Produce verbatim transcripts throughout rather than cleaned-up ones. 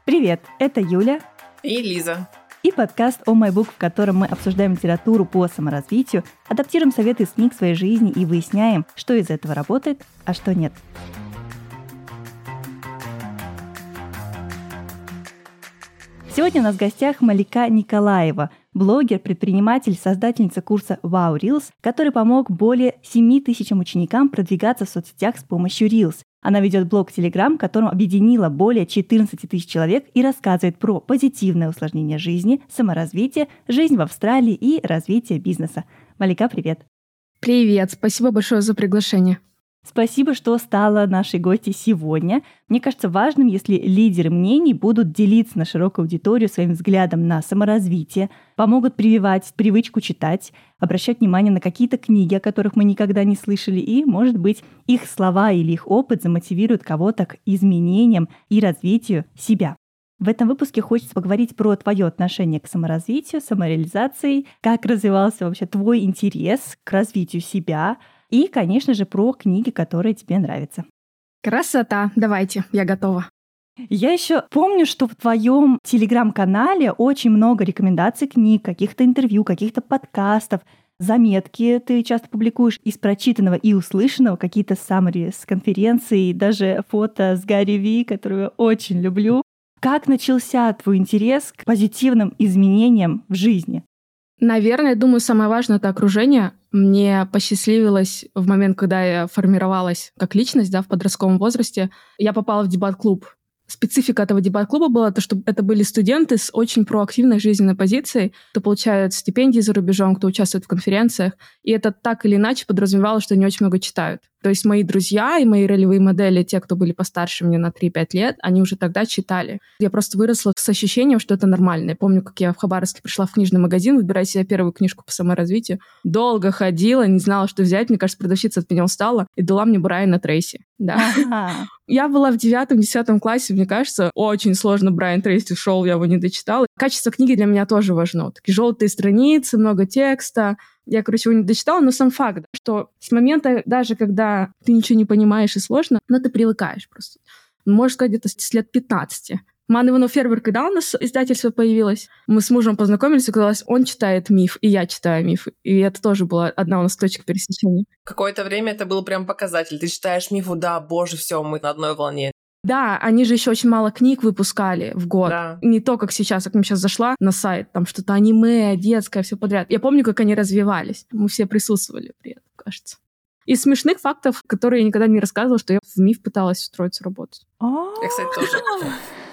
Привет, это Юля и Лиза. И подкаст «О май бук», в котором мы обсуждаем литературу по саморазвитию, адаптируем советы из книг в своей жизни и выясняем, что из этого работает, а что нет. Сегодня у нас в гостях Малика Николаева, блогер, предприниматель, создательница курса Wow Reels, который помог более семи тысячам ученикам продвигаться в соцсетях с помощью Reels. Она ведет блог Telegram, в котором объединила более четырнадцать тысяч человек и рассказывает про позитивное усложнение жизни, саморазвитие, жизнь в Австралии и развитие бизнеса. Малика, привет! Привет! Спасибо большое за приглашение. Спасибо, что стала нашей гостьей сегодня. Мне кажется важным, если лидеры мнений будут делиться на широкую аудиторию своим взглядом на саморазвитие, помогут прививать привычку читать, обращать внимание на какие-то книги, о которых мы никогда не слышали, и, может быть, их слова или их опыт замотивируют кого-то к изменениям и развитию себя. В этом выпуске хочется поговорить про твое отношение к саморазвитию, самореализации, как развивался вообще твой интерес к развитию себя, и, конечно же, про книги, которые тебе нравятся. Красота! Давайте, я готова. Я еще помню, что в твоем телеграм-канале очень много рекомендаций книг, каких-то интервью, каких-то подкастов, заметки ты часто публикуешь из прочитанного и услышанного, какие-то summary с конференций, даже фото с Гарри Ви, которую я очень люблю. Как начался твой интерес к позитивным изменениям в жизни? Наверное, я думаю, самое важное — это окружение. Мне посчастливилось в момент, когда я формировалась как личность, да, в подростковом возрасте, я попала в дебат-клуб. Специфика этого дебат-клуба была то, что это были студенты с очень проактивной жизненной позицией, кто получает стипендии за рубежом, кто участвует в конференциях. И это так или иначе подразумевало, что они очень много читают. То есть мои друзья и мои ролевые модели, те, кто были постарше меня на три-пять лет, они уже тогда читали. Я просто выросла с ощущением, что это нормально. Я помню, как я в Хабаровске пришла в книжный магазин, выбирая себе первую книжку по саморазвитию. Долго ходила, не знала, что взять. Мне кажется, продавщица от меня устала и дала мне Брайана Трейси. Да. Ага. Я была в девятом-десятом классе, мне кажется, очень сложно Брайан Трейси шел, я его не дочитала. Качество книги для меня тоже важно. Такие желтые страницы, много текста. Я, короче, его не дочитала, но сам факт, что с момента, даже когда ты ничего не понимаешь и сложно, но ты привыкаешь просто. Можно сказать, где-то с лет пятнадцати. Ман Иванов Фербер, когда у нас издательство появилось, мы с мужем познакомились, и оказалось, он читает миф, и я читаю миф. И это тоже была одна у нас точка пересечения. Какое-то время это был прям показатель. Ты читаешь мифу, да, боже, все, мы на одной волне. Да, они же еще очень мало книг выпускали в год. Да. Не то, как сейчас, как я сейчас зашла на сайт, там что-то аниме, детское, все подряд. Я помню, как они развивались. Мы все присутствовали при этом, кажется. Из смешных фактов, которые я никогда не рассказывала, что я в миф пыталась устроиться работать. Я, кстати, тоже.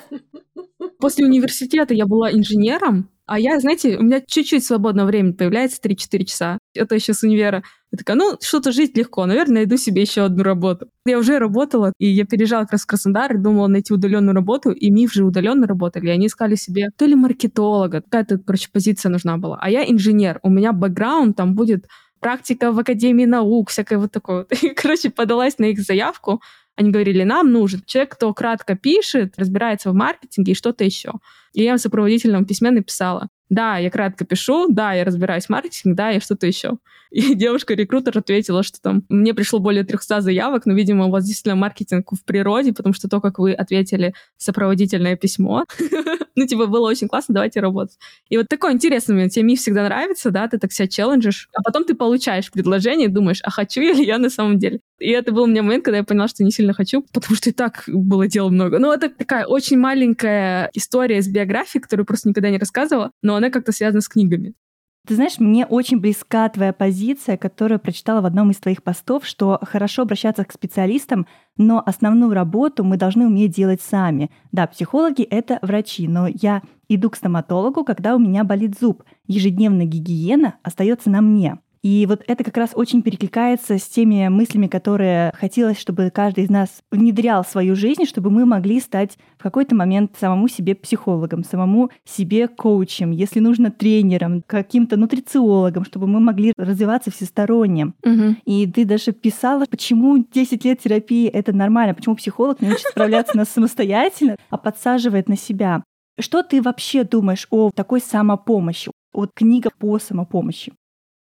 После университета я была инженером, а я, знаете, у меня чуть-чуть свободного времени появляется, три-четыре часа. Это еще с универа. Я такая, ну, что-то жить легко, наверное, найду себе еще одну работу. Я уже работала, и я переезжала как раз в Краснодар, и думала найти удаленную работу, и МИФ же удаленно работали, и они искали себе то ли маркетолога, какая-то, короче, позиция нужна была. А я инженер, у меня бэкграунд, там будет практика в Академии наук, всякое вот такое вот. И, короче, подалась на их заявку. Они говорили, нам нужен человек, кто кратко пишет, разбирается в маркетинге и что-то еще. И я в сопроводительном письме написала, да, я кратко пишу, да, я разбираюсь в маркетинге, да, я что-то еще. И девушка-рекрутер ответила, что там мне пришло более трехсот заявок, но, видимо, у вас действительно маркетинг в природе, потому что то, как вы ответили сопроводительное письмо, ну, типа, было очень классно, давайте работать. И вот такой интересный момент. Тебе миф всегда нравится, да, ты так себя челленджишь, а потом ты получаешь предложение и думаешь, а хочу ли я на самом деле? И это был у меня момент, когда я поняла, что не сильно хочу, потому что и так было дела много. Ну, это такая очень маленькая история из биографии, которую просто никогда не рассказывала, но она как-то связана с книгами. Ты знаешь, мне очень близка твоя позиция, которую прочитала в одном из твоих постов, что хорошо обращаться к специалистам, но основную работу мы должны уметь делать сами. Да, психологи — это врачи, но я иду к стоматологу, когда у меня болит зуб. Ежедневная гигиена остается на мне. И вот это как раз очень перекликается с теми мыслями, которые хотелось, чтобы каждый из нас внедрял в свою жизнь, чтобы мы могли стать в какой-то момент самому себе психологом, самому себе коучем, если нужно тренером, каким-то нутрициологом, чтобы мы могли развиваться всесторонне. Угу. И ты даже писала, почему десять лет терапии — это нормально, почему психолог не учит справляться нас самостоятельно, а подсаживает на себя. Что ты вообще думаешь о такой самопомощи, о книгах по самопомощи?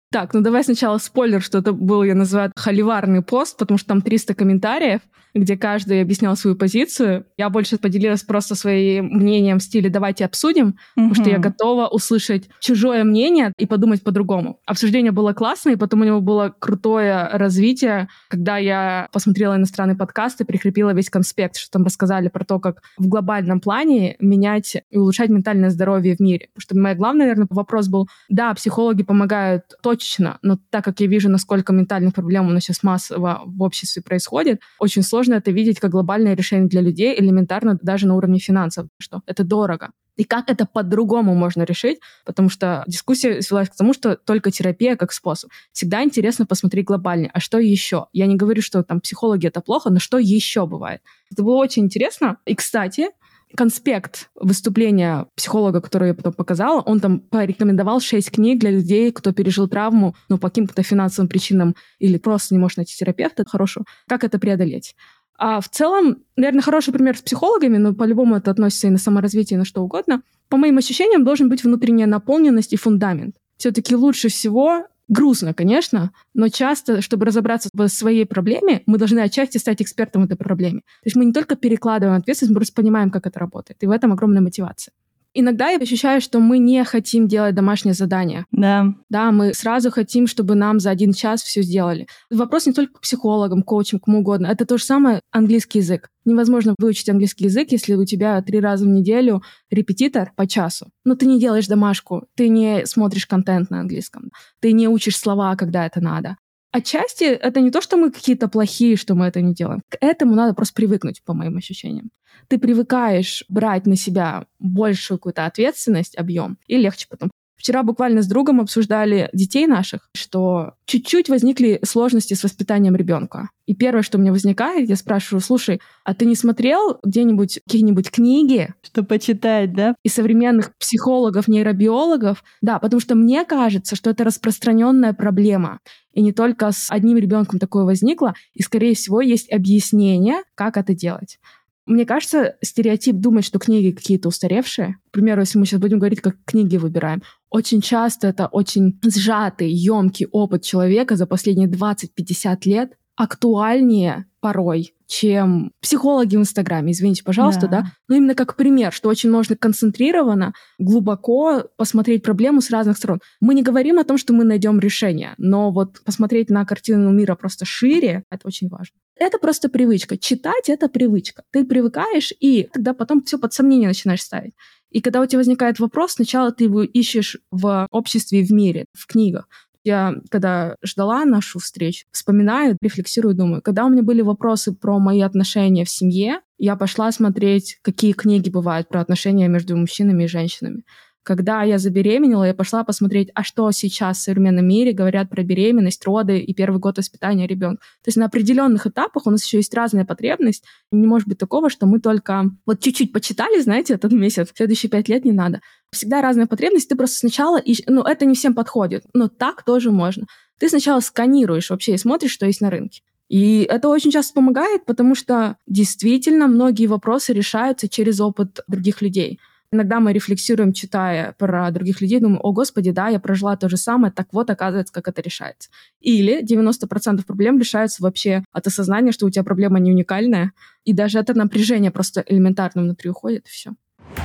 Так, ну давай сначала спойлер, что это был, я называю, холиварный пост, потому что там триста комментариев, где каждый объяснял свою позицию. Я больше поделилась просто своим мнением в стиле «давайте обсудим», mm-hmm. потому что я готова услышать чужое мнение и подумать по-другому. Обсуждение было классное, и потом у него было крутое развитие, когда я посмотрела иностранный подкаст и прикрепила весь конспект, что там рассказали про то, как в глобальном плане менять и улучшать ментальное здоровье в мире. Потому что мой главный, наверное, вопрос был, да, психологи помогают точечно, но так как я вижу, насколько ментальных проблем у нас сейчас массово в обществе происходит, очень сложно Сложно это видеть как глобальное решение для людей, элементарно даже на уровне финансов, что это дорого. И как это по-другому можно решить, потому что дискуссия свелась к тому, что только терапия как способ. Всегда интересно посмотреть глобальнее, а что еще? Я не говорю, что там психологи это плохо, но что еще бывает? Это было очень интересно. И, кстати, конспект выступления психолога, который я потом показала, он там порекомендовал шесть книг для людей, кто пережил травму, но по каким-то финансовым причинам или просто не может найти терапевта хорошего. Как это преодолеть? А в целом, наверное, хороший пример с психологами, но по-любому это относится и на саморазвитие, и на что угодно. По моим ощущениям, должен быть внутренняя наполненность и фундамент. Все-таки лучше всего... Грустно, конечно, но часто, чтобы разобраться в своей проблеме, мы должны отчасти стать экспертом в этой проблеме. То есть мы не только перекладываем ответственность, мы просто понимаем, как это работает. И в этом огромная мотивация. Иногда я ощущаю, что мы не хотим делать домашнее задание. Да. Да, мы сразу хотим, чтобы нам за один час все сделали. Вопрос не только к психологам, коучам, кому угодно. Это то же самое английский язык. Невозможно выучить английский язык, если у тебя три раза в неделю репетитор по часу. Но ты не делаешь домашку, ты не смотришь контент на английском, ты не учишь слова, когда это надо. Отчасти это не то, что мы какие-то плохие, что мы это не делаем. К этому надо просто привыкнуть, по моим ощущениям. Ты привыкаешь брать на себя большую какую-то ответственность, объем, и легче потом. Вчера буквально с другом обсуждали детей наших, что чуть-чуть возникли сложности с воспитанием ребенка. И первое, что у меня возникает, я спрашиваю, слушай, а ты не смотрел где-нибудь какие-нибудь книги? Что почитать, да? И современных психологов, нейробиологов? Да, потому что мне кажется, что это распространенная проблема. И не только с одним ребенком такое возникло, и, скорее всего, есть объяснение, как это делать. Мне кажется, стереотип думать, что книги какие-то устаревшие. К примеру, если мы сейчас будем говорить, как книги выбираем, очень часто это очень сжатый, емкий опыт человека за последние двадцать-пятьдесят лет, актуальнее порой, чем психологи в Инстаграме, извините, пожалуйста, да. да? Но именно как пример, что очень можно концентрированно, глубоко посмотреть проблему с разных сторон. Мы не говорим о том, что мы найдем решение, но вот посмотреть на картину мира просто шире, это очень важно. Это просто привычка. Читать — это привычка. Ты привыкаешь, и тогда потом все под сомнение начинаешь ставить. И когда у тебя возникает вопрос, сначала ты его ищешь в обществе и в мире, в книгах. Я, когда ждала нашу встречу, вспоминаю, рефлексирую, думаю, когда у меня были вопросы про мои отношения в семье, я пошла смотреть, какие книги бывают про отношения между мужчинами и женщинами. Когда я забеременела, я пошла посмотреть, а что сейчас в современном мире говорят про беременность, роды и первый год воспитания ребенка. То есть на определенных этапах у нас еще есть разная потребность. Не может быть такого, что мы только вот чуть-чуть почитали, знаете, этот месяц, следующие пять лет не надо. Всегда разная потребность, ты просто сначала ищешь, ну, это не всем подходит, но так тоже можно. Ты сначала сканируешь вообще и смотришь, что есть на рынке. И это очень часто помогает, потому что действительно многие вопросы решаются через опыт других людей. Иногда мы рефлексируем, читая про других людей, думаем, о, господи, да, я прожила то же самое, так вот, оказывается, как это решается. Или девяносто процентов проблем решаются вообще от осознания, что у тебя проблема не уникальная, и даже это напряжение просто элементарно внутри уходит, и все.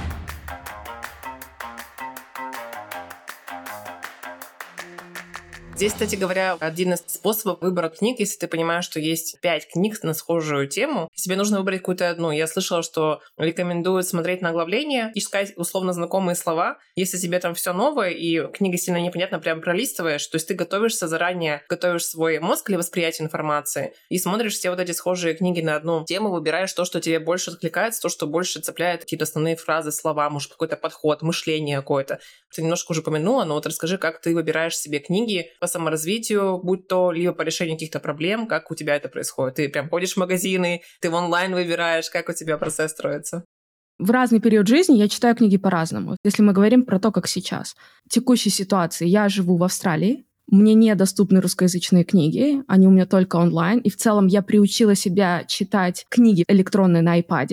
Здесь, кстати говоря, один из способов выбора книг, если ты понимаешь, что есть пять книг на схожую тему, тебе нужно выбрать какую-то одну. Я слышала, что рекомендуют смотреть на оглавление, искать условно знакомые слова. Если тебе там все новое, и книга сильно непонятна, прям пролистываешь, то есть ты готовишься заранее, готовишь свой мозг для восприятия информации и смотришь все вот эти схожие книги на одну тему, выбираешь то, что тебе больше откликается, то, что больше цепляет какие-то основные фразы, слова, может, какой-то подход, мышление какое-то. Ты немножко уже упомянула, но вот расскажи, как ты выбираешь себе книги по саморазвитию, будь то либо по решению каких-то проблем, как у тебя это происходит? Ты прям ходишь в магазины, ты в онлайн выбираешь, как у тебя процесс строится? В разный период жизни я читаю книги по-разному. Если мы говорим про то, как сейчас. В текущей ситуации я живу в Австралии, мне недоступны русскоязычные книги, они у меня только онлайн, и в целом я приучила себя читать книги электронные на iPad.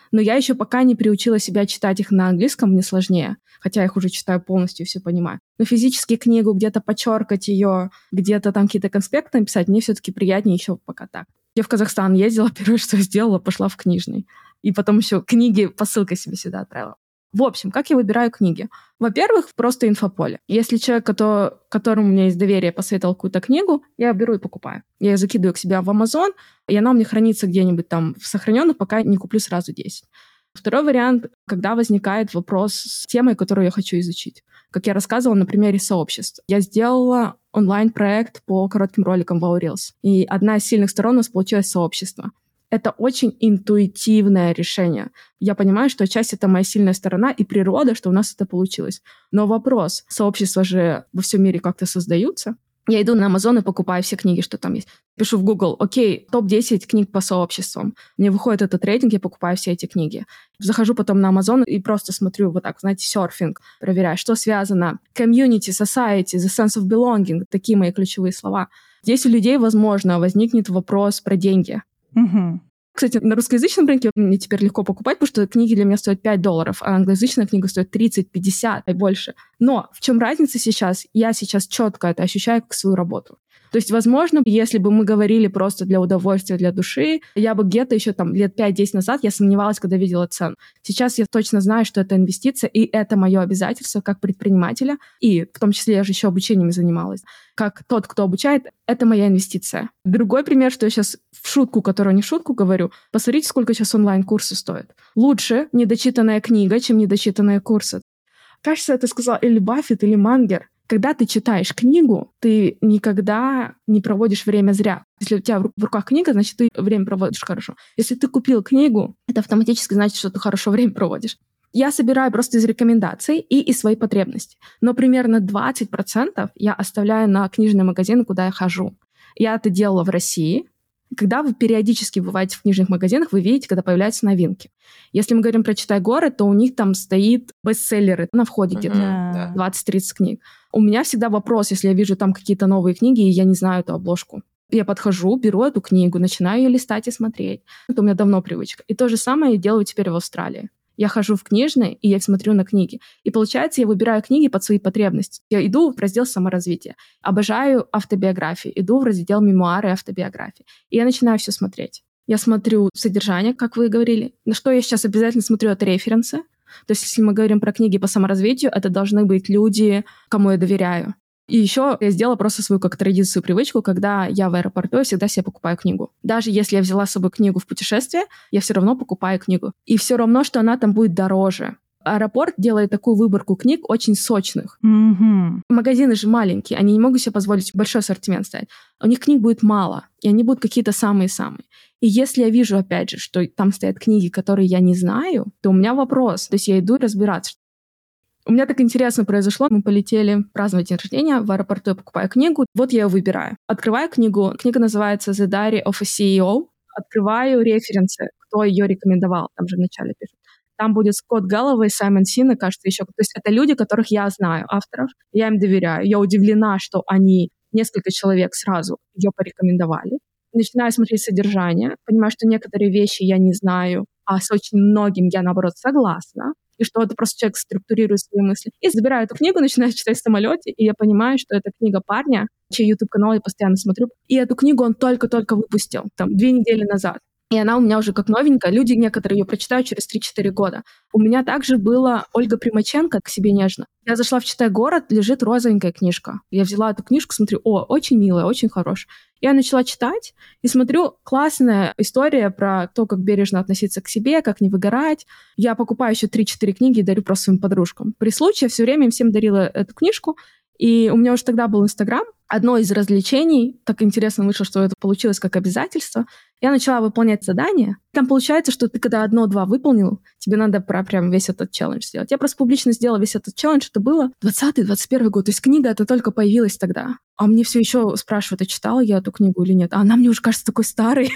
Но я еще пока не приучила себя читать их на английском, мне сложнее. Хотя я их уже читаю полностью и все понимаю. Но физически книгу, где-то подчеркать ее, где-то там какие-то конспекты написать, мне все-таки приятнее еще пока так. Я в Казахстан ездила, первое, что сделала, пошла в книжный. И потом еще книги посылкой себе сюда отправила. В общем, как я выбираю книги? Во-первых, просто инфополе. Если человек, который, которому у меня есть доверие, посоветовал какую-то книгу, я беру и покупаю. Я ее закидываю к себе в Amazon, и она у меня хранится где-нибудь там в сохраненных, пока не куплю сразу десять. Второй вариант, когда возникает вопрос с темой, которую я хочу изучить. Как я рассказывала на примере сообществ. Я сделала онлайн-проект по коротким роликам в Reels. И одна из сильных сторон у нас получилось сообщество. Это очень интуитивное решение. Я понимаю, что отчасти это моя сильная сторона и природа, что у нас это получилось. Но вопрос, сообщества же во всем мире как-то создаются. Я иду на Amazon и покупаю все книги, что там есть. Пишу в Google, окей, топ десять книг по сообществам. Мне выходит этот рейтинг, я покупаю все эти книги. Захожу потом на Amazon и просто смотрю вот так, знаете, серфинг, проверяю, что связано. Community, society, the sense of belonging, такие мои ключевые слова. Здесь у людей, возможно, возникнет вопрос про деньги. Угу. Кстати, на русскоязычном рынке мне теперь легко покупать, потому что книги для меня стоят пять долларов, а англоязычная книга стоит тридцать, пятьдесят и больше. Но в чем разница сейчас? Я сейчас четко это ощущаю как свою работу. То есть, возможно, если бы мы говорили просто для удовольствия, для души, я бы где-то еще там лет пять-десять назад я сомневалась, когда видела цену. Сейчас я точно знаю, что это инвестиция, и это мое обязательство как предпринимателя, и в том числе я же еще обучениями занималась. Как тот, кто обучает, это моя инвестиция. Другой пример, что я сейчас в шутку, которую не в шутку говорю, посмотрите, сколько сейчас онлайн-курсы стоят. Лучше недочитанная книга, чем недочитанные курсы. Кажется, это сказал или Баффет, или Мангер. Когда ты читаешь книгу, ты никогда не проводишь время зря. Если у тебя в руках книга, значит, ты время проводишь хорошо. Если ты купил книгу, это автоматически значит, что ты хорошо время проводишь. Я собираю просто из рекомендаций и из своей потребности. Но примерно двадцать процентов я оставляю на книжные магазины, куда я хожу. Я это делала в России. Когда вы периодически бываете в книжных магазинах, вы видите, когда появляются новинки. Если мы говорим про «Читай город», то у них там стоит бестселлеры на входе, uh-huh, где-то да. двадцать-тридцать книг. У меня всегда вопрос, если я вижу там какие-то новые книги, и я не знаю эту обложку. Я подхожу, беру эту книгу, начинаю ее листать и смотреть. Это у меня давно привычка. И то же самое я делаю теперь в Австралии. Я хожу в книжные, и я смотрю на книги. И получается, я выбираю книги под свои потребности. Я иду в раздел саморазвития. Обожаю автобиографии. Иду в раздел мемуары и автобиографии. И я начинаю все смотреть. Я смотрю содержание, как вы говорили. На что я сейчас обязательно смотрю, это референсы. То есть, если мы говорим про книги по саморазвитию, это должны быть люди, кому я доверяю. И еще я сделала просто свою как традицию, привычку, когда я в аэропорту, я всегда себе покупаю книгу. Даже если я взяла с собой книгу в путешествие, я все равно покупаю книгу. И все равно, что она там будет дороже. Аэропорт делает такую выборку книг очень сочных. Mm-hmm. Магазины же маленькие, они не могут себе позволить большой ассортимент ставить. У них книг будет мало, и они будут какие-то самые-самые. И если я вижу, опять же, что там стоят книги, которые я не знаю, то у меня вопрос. То есть я иду разбираться. У меня так интересно произошло. Мы полетели праздновать день рождения. В аэропорту я покупаю книгу. Вот я ее выбираю. Открываю книгу. Книга называется «The Diary of a си и о». Открываю референсы, кто ее рекомендовал. Там же вначале пишут. Там будет Скотт Гэллоуэй, Саймон Синек, кажется, еще. То есть это люди, которых я знаю, авторов. Я им доверяю. Я удивлена, что они, несколько человек сразу ее порекомендовали. Начинаю смотреть содержание. Понимаю, что некоторые вещи я не знаю, а с очень многим я, наоборот, согласна. И что это просто человек структурирует свои мысли. И забираю эту книгу, начинаю читать в самолете, и я понимаю, что это книга парня, чей YouTube-канал я постоянно смотрю. И эту книгу он только-только выпустил, там, две недели назад. И она у меня уже как новенькая. Люди некоторые ее прочитают через три-четыре года. У меня также была Ольга Примаченко «К себе нежно». Я зашла в «Читай город», лежит розовенькая книжка. Я взяла эту книжку, смотрю, о, очень милая, очень хорошая. Я начала читать и смотрю, классная история про то, как бережно относиться к себе, как не выгорать. Я покупаю еще три-четыре книги и дарю просто своим подружкам. При случае я все время им всем дарила эту книжку. И у меня уже тогда был Инстаграм. Одно из развлечений, так интересно вышло, что это получилось как обязательство, я начала выполнять задания. Там получается, что ты когда одно-два выполнил, тебе надо про прям весь этот челлендж сделать. Я просто публично сделала весь этот челлендж. Это было двадцатый-двадцать первый год. То есть книга эта только появилась тогда. А мне все еще спрашивают, а читала я эту книгу или нет. А она мне уже кажется такой старой.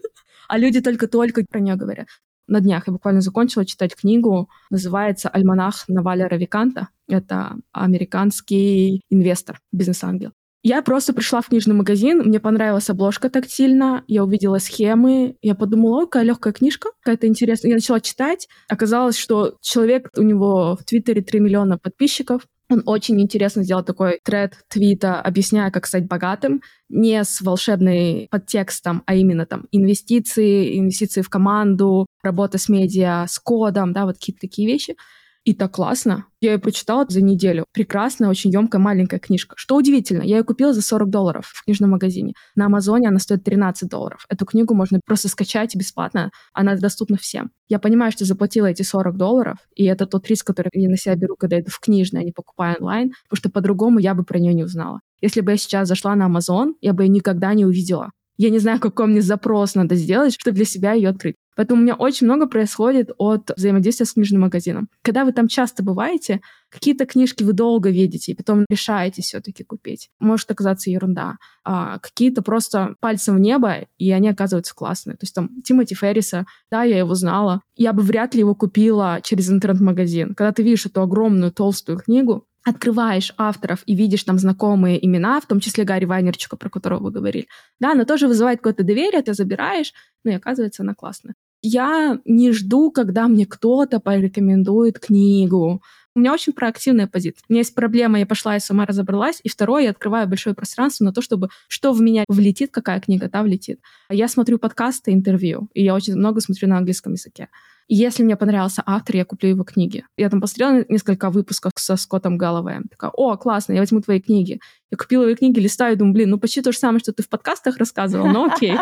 А люди только-только про нее говорят. На днях я буквально закончила читать книгу. Называется «Альманах Наваля Равиканта». Это американский инвестор, бизнес-ангел. Я просто пришла в книжный магазин, мне понравилась обложка тактильно, я увидела схемы, я подумала, ой, какая легкая книжка, какая-то интересная. Я начала читать. Оказалось, что человек, у него в Твиттере три миллиона подписчиков, он очень интересно сделал такой тред твита, объясняя, как стать богатым, не с волшебным подтекстом, а именно там инвестиции, инвестиции в команду, работа с медиа, с кодом, да, вот какие-то такие вещи. И так классно. Я ее прочитала за неделю. Прекрасная, очень емкая, маленькая книжка. Что удивительно, я ее купила за сорок долларов в книжном магазине. На Амазоне она стоит тринадцать долларов. Эту книгу можно просто скачать бесплатно. Она доступна всем. Я понимаю, что заплатила эти сорок долларов, и это тот риск, который я на себя беру, когда иду в книжный, а не покупаю онлайн, потому что по-другому я бы про нее не узнала. Если бы я сейчас зашла на Амазон, я бы ее никогда не увидела. Я не знаю, какой мне запрос надо сделать, чтобы для себя ее открыть. Поэтому у меня очень много происходит от взаимодействия с книжным магазином. Когда вы там часто бываете, какие-то книжки вы долго видите, и потом решаете все-таки купить. Может оказаться ерунда. А какие-то просто пальцем в небо, и они оказываются классные. То есть там Тимоти Ферриса, да, я его знала. Я бы вряд ли его купила через интернет-магазин. Когда ты видишь эту огромную толстую книгу, открываешь авторов и видишь там знакомые имена, в том числе Гарри Вайнерчика, про которого вы говорили, да, она тоже вызывает какое-то доверие, ты забираешь, ну и оказывается, она классная. Я не жду, когда мне кто-то порекомендует книгу. У меня очень проактивная позиция. У меня есть проблема, я пошла и сама разобралась. И второе, я открываю большое пространство на то, чтобы что в меня влетит, какая книга, та влетит. Я смотрю подкасты, интервью, и я очень много смотрю на английском языке. И если мне понравился автор, я куплю его книги. Я там посмотрела несколько выпусков со Скоттом Гэллоуэем. Такая, о, классно, я возьму твои книги. Я купила его книги, листаю, думаю, блин, ну почти то же самое, что ты в подкастах рассказывал, но окей.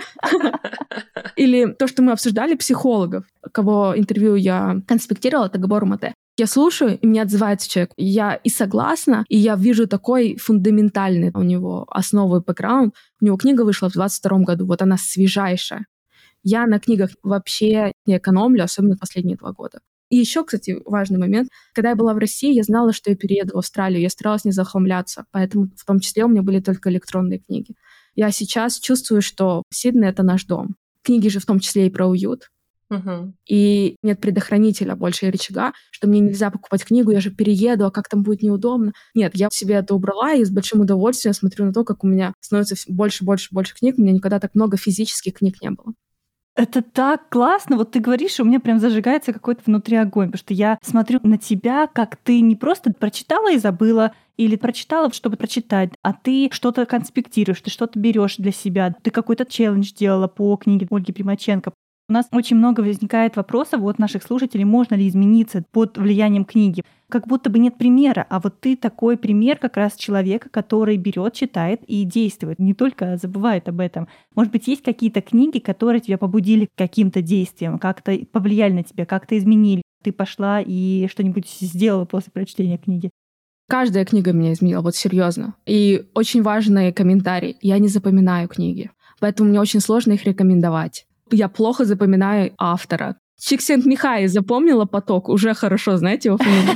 Или то, что мы обсуждали, психологов, кого интервью я конспектировала, это Габор Мате. Я слушаю, и мне отзывается человек. Я и согласна, и я вижу такой фундаментальный у него основы бэкграунд. У него книга вышла в двадцать втором году, вот она свежайшая. Я на книгах вообще не экономлю, особенно последние два года. И еще, кстати, важный момент. Когда я была в России, я знала, что я перееду в Австралию. Я старалась не захламляться, поэтому в том числе у меня были только электронные книги. Я сейчас чувствую, что Сидней — это наш дом. Книги же в том числе и про уют. Угу. И нет предохранителя больше и рычага, что мне нельзя покупать книгу, я же перееду, а как там будет неудобно. Нет, я себе это убрала и с большим удовольствием смотрю на то, как у меня становится больше, больше, больше книг. У меня никогда так много физических книг не было. Это так классно. Вот ты говоришь, и у меня прям зажигается какой-то внутри огонь, потому что я смотрю на тебя, как ты не просто прочитала и забыла, или прочитала, чтобы прочитать, а ты что-то конспектируешь, ты что-то берешь для себя, ты какой-то челлендж делала по книге Ольги Примаченко. У нас очень много возникает вопросов от наших слушателей, можно ли измениться под влиянием книги. Как будто бы нет примера, а вот ты такой пример как раз человека, который берет, читает и действует, не только забывает об этом. Может быть, есть какие-то книги, которые тебя побудили к каким-то действиям, как-то повлияли на тебя, как-то изменили. Ты пошла и что-нибудь сделала после прочтения книги. Каждая книга меня изменила, вот серьезно. И очень важный комментарий. Я не запоминаю книги, поэтому мне очень сложно их рекомендовать. Я плохо запоминаю автора. Чиксент-Михай запомнила поток, уже хорошо, знаете его фамилию?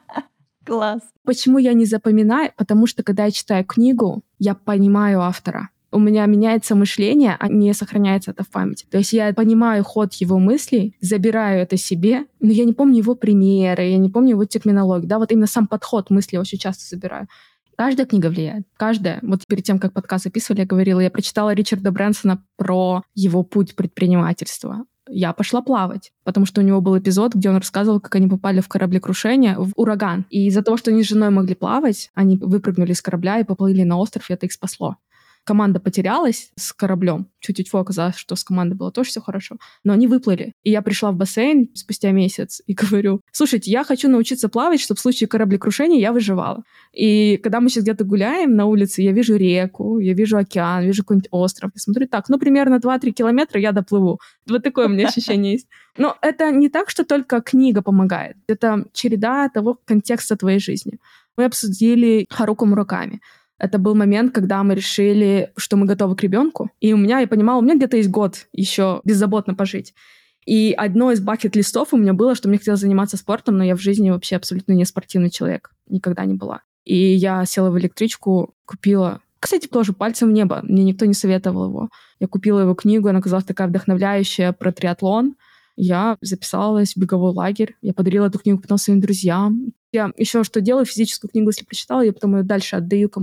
Класс. Почему я не запоминаю? Потому что, когда я читаю книгу, я понимаю автора. У меня меняется мышление, а не сохраняется это в памяти. То есть я понимаю ход его мыслей, забираю это себе, но я не помню его примеры, я не помню его терминологию. Да, вот именно сам подход мысли очень часто забираю. Каждая книга влияет. Каждая. Вот перед тем, как подкаст записывали, я говорила, я прочитала Ричарда Брэнсона про его путь предпринимательства. Я пошла плавать, потому что у него был эпизод, где он рассказывал, как они попали в кораблекрушение, в ураган. И из-за того, что они с женой могли плавать, они выпрыгнули из корабля и поплыли на остров, и это их спасло. Команда потерялась с кораблем. Чуть-чуть оказалось, что с командой было тоже все хорошо. Но они выплыли. И я пришла в бассейн спустя месяц и говорю, слушайте, я хочу научиться плавать, чтобы в случае кораблекрушения я выживала. И когда мы сейчас где-то гуляем на улице, я вижу реку, я вижу океан, вижу какой-нибудь остров. Я смотрю, так, ну, примерно два-три километра я доплыву. Вот такое у меня ощущение есть. Но это не так, что только книга помогает. Это череда того контекста твоей жизни. Мы обсудили Харуки Мураками. Это был момент, когда мы решили, что мы готовы к ребенку. И у меня, я понимала, у меня где-то есть год еще беззаботно пожить. И одно из бакет-листов у меня было, что мне хотелось заниматься спортом, но я в жизни вообще абсолютно не спортивный человек. Никогда не была. И я села в электричку, купила... Кстати, тоже пальцем в небо. Мне никто не советовал его. Я купила его книгу, она оказалась такая вдохновляющая про триатлон. Я записалась в беговой лагерь. Я подарила эту книгу потом своим друзьям. Я еще что делаю, физическую книгу, если прочитала, я потом ее дальше отдаю кому-нибудь.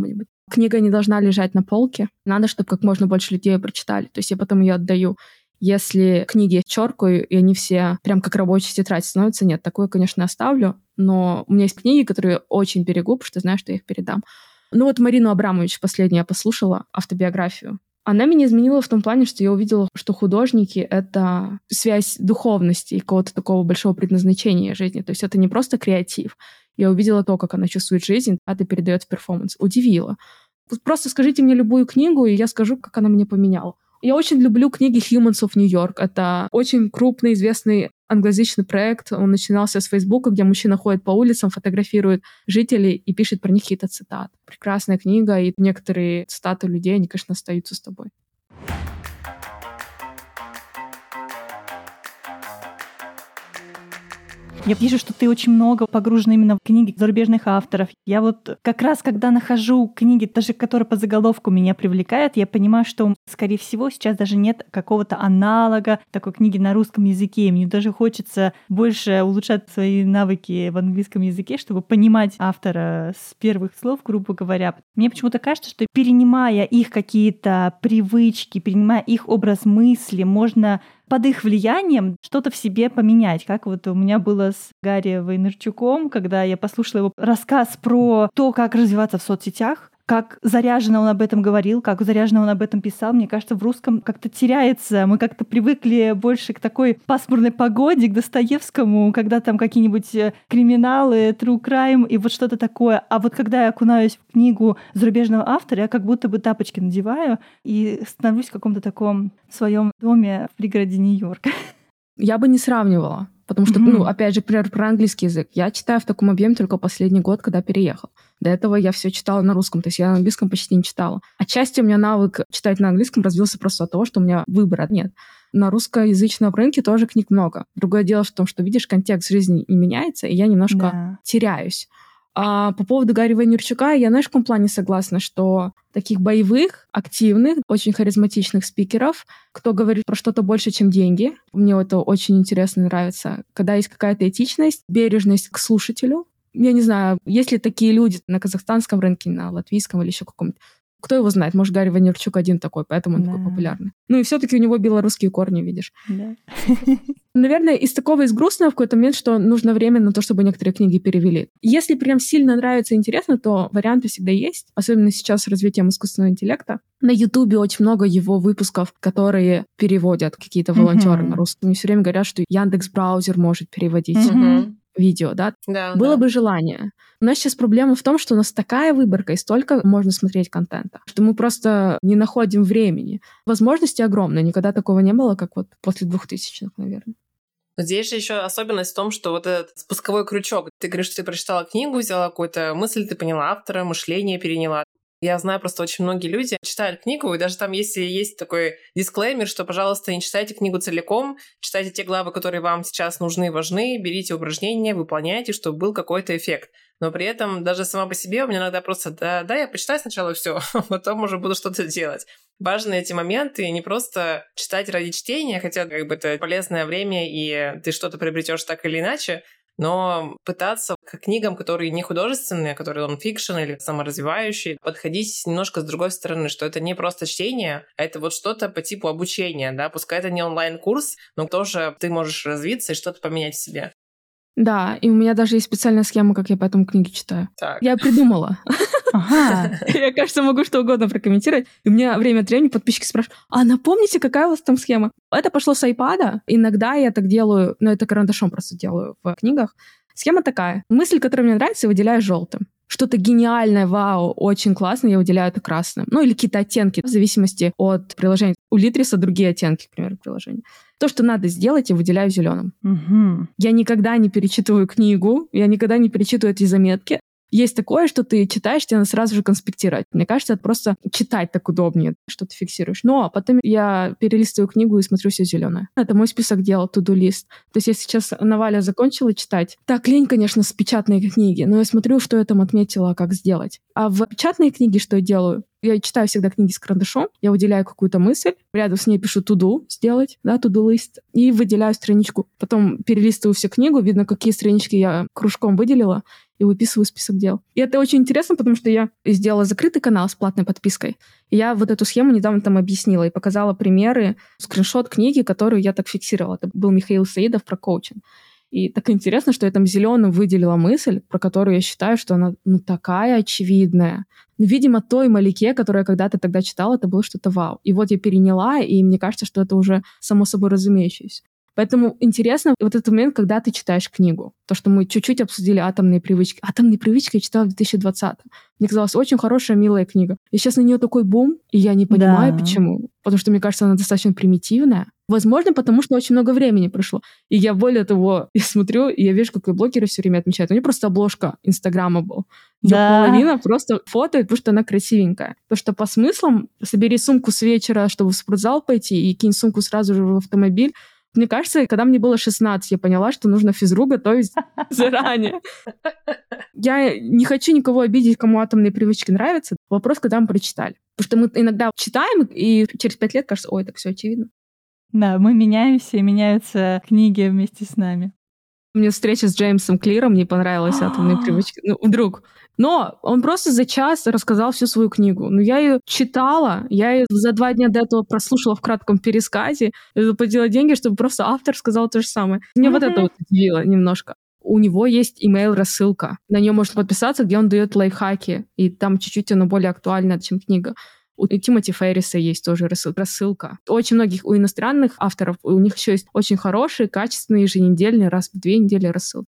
Книга не должна лежать на полке. Надо, чтобы как можно больше людей ее прочитали. То есть я потом ее отдаю. Если книги я черкаю, и они все прям как рабочая тетрадь становятся, нет, такое, конечно, оставлю. Но у меня есть книги, которые я очень берегу, потому что знаю, что я их передам. Ну вот Марину Абрамович последнюю я послушала, автобиографию. Она меня изменила в том плане, что я увидела, что художники — это связь духовности и какого-то такого большого предназначения жизни. То есть это не просто креатив. Я увидела то, как она чувствует жизнь, а это передает в перформанс. Удивило. Просто скажите мне любую книгу, и я скажу, как она меня поменяла. Я очень люблю книги Humans of New York. Это очень крупный, известный англоязычный проект. Он начинался с Фейсбука, где мужчина ходит по улицам, фотографирует жителей и пишет про них какие-то цитаты. Прекрасная книга, и некоторые цитаты людей, они, конечно, остаются с тобой. Я вижу, что ты очень много погружена именно в книги зарубежных авторов. Я вот как раз, когда нахожу книги, даже которые по заголовку меня привлекают, я понимаю, что, скорее всего, сейчас даже нет какого-то аналога такой книги на русском языке. И мне даже хочется больше улучшать свои навыки в английском языке, чтобы понимать автора с первых слов, грубо говоря. Мне почему-то кажется, что перенимая их какие-то привычки, перенимая их образ мысли, можно под их влиянием что-то в себе поменять. Как вот у меня было с Гарри Вайнерчуком, когда я послушала его рассказ про то, как развиваться в соцсетях, как заряженно он об этом говорил, как заряженно он об этом писал. Мне кажется, в русском как-то теряется. Мы как-то привыкли больше к такой пасмурной погоде, к Достоевскому, когда там какие-нибудь криминалы, true crime и вот что-то такое. А вот когда я окунаюсь в книгу зарубежного автора, я как будто бы тапочки надеваю и становлюсь в каком-то таком своем доме в пригороде Нью-Йорка. Я бы не сравнивала. Потому что, mm-hmm. ну, опять же, например, про английский язык. Я читаю в таком объеме только последний год, когда переехал. До этого я все читала на русском, то есть я на английском почти не читала. Отчасти у меня навык читать на английском развился просто от того, что у меня выбора нет. На русскоязычном рынке тоже книг много. Другое дело в том, что, видишь, контекст жизни не меняется, и я немножко да. теряюсь. А по поводу Гарри Вайнерчука, я, знаешь, в каком плане согласна, что таких боевых, активных, очень харизматичных спикеров, кто говорит про что-то больше, чем деньги, мне это очень интересно нравится, когда есть какая-то этичность, бережность к слушателю. Я не знаю, есть ли такие люди на казахстанском рынке, на латвийском или еще каком-то. Кто его знает? Может, Гарри Вайнерчук один такой, поэтому он да. такой популярный. Ну и все-таки у него белорусские корни, видишь. Да. Наверное, из такого, из грустного в какой-то момент, что нужно время на то, чтобы некоторые книги перевели. Если прям сильно нравится и интересно, то варианты всегда есть. Особенно сейчас с развитием искусственного интеллекта. На Ютубе очень много его выпусков, которые переводят какие-то волонтеры mm-hmm. на русском. Мне все время говорят, что Яндекс.Браузер может переводить. Mm-hmm. видео, да? Да, Было да. бы желание. У нас сейчас проблема в том, что у нас такая выборка, и столько можно смотреть контента, что мы просто не находим времени. Возможности огромные, никогда такого не было, как вот после двухтысячных, наверное. Но здесь же еще особенность в том, что вот этот спусковой крючок. Ты говоришь, что ты прочитала книгу, взяла какую-то мысль, ты поняла автора, мышление переняла. Я знаю, просто очень многие люди читают книгу, и даже там, если есть такой дисклеймер, что, пожалуйста, не читайте книгу целиком, читайте те главы, которые вам сейчас нужны и важны, берите упражнения, выполняйте, чтобы был какой-то эффект. Но при этом даже сама по себе у меня иногда просто, да, да я почитаю сначала все, а потом уже буду что-то делать. Важны эти моменты, не просто читать ради чтения, хотя как бы это полезное время, и ты что-то приобретешь так или иначе, но пытаться к книгам, которые не художественные, которые нон-фикшн или саморазвивающие, подходить немножко с другой стороны, что это не просто чтение, а это вот что-то по типу обучения, да, пускай это не онлайн-курс, но тоже ты можешь развиться и что-то поменять в себе. Да, и у меня даже есть специальная схема, как я поэтому книги читаю. Так. Я придумала. Ага. Я, кажется, могу что угодно прокомментировать. И у меня время от времени подписчики спрашивают, а напомните, какая у вас там схема? Это пошло с айпада. Иногда я так делаю, но это карандашом просто делаю в книгах. Схема такая. Мысль, которая мне нравится, я выделяю желтым. Что-то гениальное, вау, очень классно, я выделяю это красным. Ну или какие-то оттенки, в зависимости от приложения. У Литриса другие оттенки, к примеру, приложения. То, что надо сделать, я выделяю зеленым. Угу. Я никогда не перечитываю книгу, я никогда не перечитываю эти заметки. Есть такое, что ты читаешь, тебе надо сразу же конспектировать. Мне кажется, это просто читать так удобнее, что ты фиксируешь. Но потом я перелистываю книгу и смотрю все зеленое. Это мой список дел, to-do-list. То есть я сейчас Наваля закончила читать. Так, лень, конечно, с печатной книги, но я смотрю, что я там отметила, как сделать. А в печатной книге что я делаю? Я читаю всегда книги с карандашом, я выделяю какую-то мысль, рядом с ней пишу to-do сделать, да, to-do лист, и выделяю страничку. Потом перелистываю всю книгу, видно, какие странички я кружком выделила, и выписываю список дел. И это очень интересно, потому что я сделала закрытый канал с платной подпиской. И я вот эту схему недавно там объяснила и показала примеры, скриншот книги, которую я так фиксировала. Это был Михаил Саидов про коучинг. И так интересно, что я там зеленым выделила мысль, про которую я считаю, что она ну, такая очевидная. Но, видимо, той Малике, которую я когда-то тогда читала, это было что-то вау. И вот я переняла, и мне кажется, что это уже само собой разумеющееся. Поэтому интересно вот этот момент, когда ты читаешь книгу. То, что мы чуть-чуть обсудили «Атомные привычки». «Атомные привычки» я читала в две тысячи двадцатом. Мне казалась очень хорошая, милая книга. И сейчас на нее такой бум, и я не понимаю, да. почему. Потому что, мне кажется, она достаточно примитивная. Возможно, потому что очень много времени прошло. И я, более того, я смотрю, и я вижу, как и блогеры все время отмечают. У нее просто обложка Instagrammable. Да. Половина просто фото, потому что она красивенькая. Потому что по смыслам собери сумку с вечера, чтобы в спортзал пойти, и кинь сумку сразу же в автомобиль. Мне кажется, когда мне было шестнадцать, я поняла, что нужно физру готовить заранее. Я не хочу никого обидеть, кому «Атомные привычки» нравятся. Вопрос, когда мы прочитали. Потому что мы иногда читаем, и через пять лет кажется, ой, так все очевидно. Да, мы меняемся, и меняются книги вместе с нами. Мне встреча с Джеймсом Клиром не понравилась «Атомные привычки». Ну, вдруг. Но он просто за час рассказал всю свою книгу. Ну, я ее читала, я ее за два дня до этого прослушала в кратком пересказе, заплатила деньги, чтобы просто автор сказал то же самое. Мне mm-hmm. вот это вот удивило немножко. У него есть имейл-рассылка. На нее можно подписаться, где он дает лайфхаки. И там чуть-чуть оно более актуально, чем книга. У Тимоти Ферриса есть тоже рассылка. Очень многих у иностранных авторов у них еще есть очень хорошие, качественные, еженедельные, раз в две недели рассылки.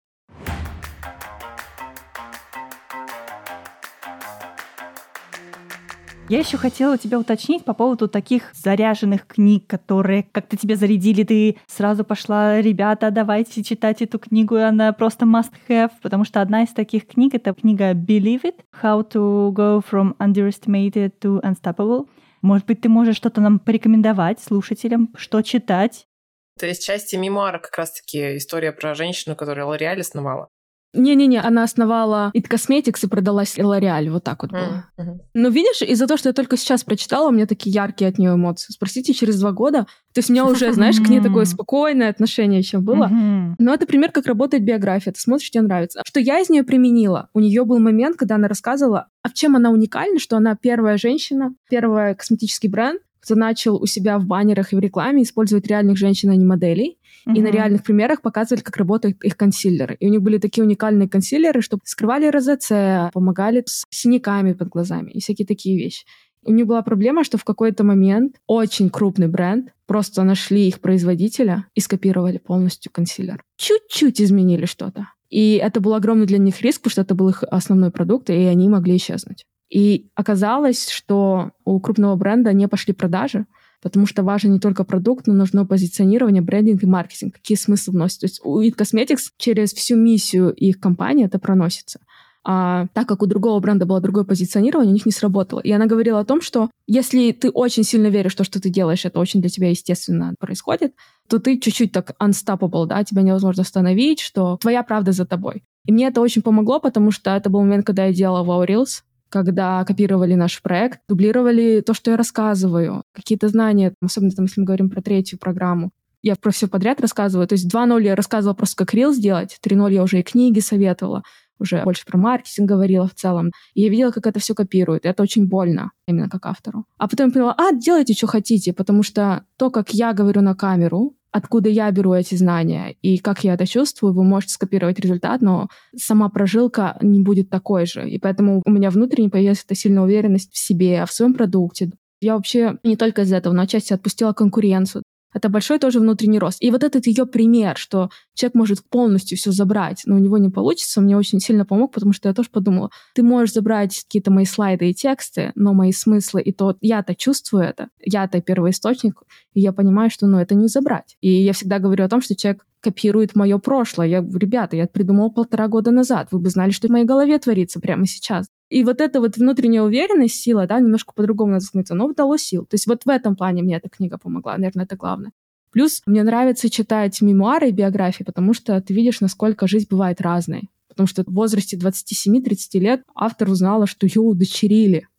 Я еще хотела тебя уточнить по поводу таких заряженных книг, которые как-то тебя зарядили, ты сразу пошла, ребята, давайте читать эту книгу, и она просто must have, потому что одна из таких книг — это книга Believe It, How to Go from Underestimated to Unstoppable. Может быть, ты можешь что-то нам порекомендовать слушателям, что читать? То есть части мемуара как раз-таки история про женщину, которая L'Oréal основала. Не-не-не, она основала It Cosmetics и продалась L'Oréal. Вот так вот было. Mm-hmm. Но видишь, из-за того, что я только сейчас прочитала, у меня такие яркие от нее эмоции. Спросите, через два года. То есть у меня уже, знаешь, к ней такое спокойное отношение еще было. Mm-hmm. Но это пример, как работает биография. Ты смотришь, тебе нравится. Что я из нее применила? У нее был момент, когда она рассказывала, а в чем она уникальна, что она первая женщина, первый косметический бренд, кто начал у себя в баннерах и в рекламе использовать реальных женщин, а не моделей. Uh-huh. И на реальных примерах показывали, как работают их консилеры. И у них были такие уникальные консилеры, что скрывали розоцея, помогали с синяками под глазами и всякие такие вещи. У них была проблема, что в какой-то момент очень крупный бренд просто нашли их производителя и скопировали полностью консилер. Чуть-чуть изменили что-то. И это был огромный для них риск, потому что это был их основной продукт, и они могли исчезнуть. И оказалось, что у крупного бренда не пошли продажи, потому что важен не только продукт, но нужно позиционирование, брендинг и маркетинг. Какие смыслы вносят. То есть у It Cosmetics через всю миссию их компании это проносится. А так как у другого бренда было другое позиционирование, у них не сработало. И она говорила о том, что если ты очень сильно веришь в то, что ты делаешь, это очень для тебя естественно происходит, то ты чуть-чуть так unstoppable, да, тебя невозможно остановить, что твоя правда за тобой. И мне это очень помогло, потому что это был момент, когда я делала Wow Reels, когда копировали наш проект, дублировали то, что я рассказываю, какие-то знания, особенно там, если мы говорим про третью программу. Я про все подряд рассказываю. То есть два ноль я рассказывала просто, как Reels сделать, три ноль я уже и книги советовала, уже больше про маркетинг говорила в целом. И я видела, как это все копирует. И это очень больно, именно как автору. А потом я поняла, а, делайте, что хотите, потому что то, как я говорю на камеру, откуда я беру эти знания и как я это чувствую, вы можете скопировать результат, но сама прожилка не будет такой же. И поэтому у меня внутренне появилась эта сильная уверенность в себе, в своем продукте. Я вообще не только из-за этого, но отчасти отпустила конкуренцию. Это большой тоже внутренний рост. И вот этот ее пример, что человек может полностью все забрать, но у него не получится, мне очень сильно помог, потому что я тоже подумала, ты можешь забрать какие-то мои слайды и тексты, но мои смыслы, и то я-то чувствую это, я-то первоисточник, и я понимаю, что ну, это не забрать. И я всегда говорю о том, что человек копирует мое прошлое. Я говорю, ребята, я придумала полтора года назад, вы бы знали, что в моей голове творится прямо сейчас. И вот эта вот внутренняя уверенность, сила, да, немножко по-другому надо сказать, но дало сил. То есть вот в этом плане мне эта книга помогла, наверное, это главное. Плюс мне нравится читать мемуары и биографии, потому что ты видишь, насколько жизнь бывает разной. Потому что в возрасте двадцати семи тридцати лет автор узнала, что ее удочерили.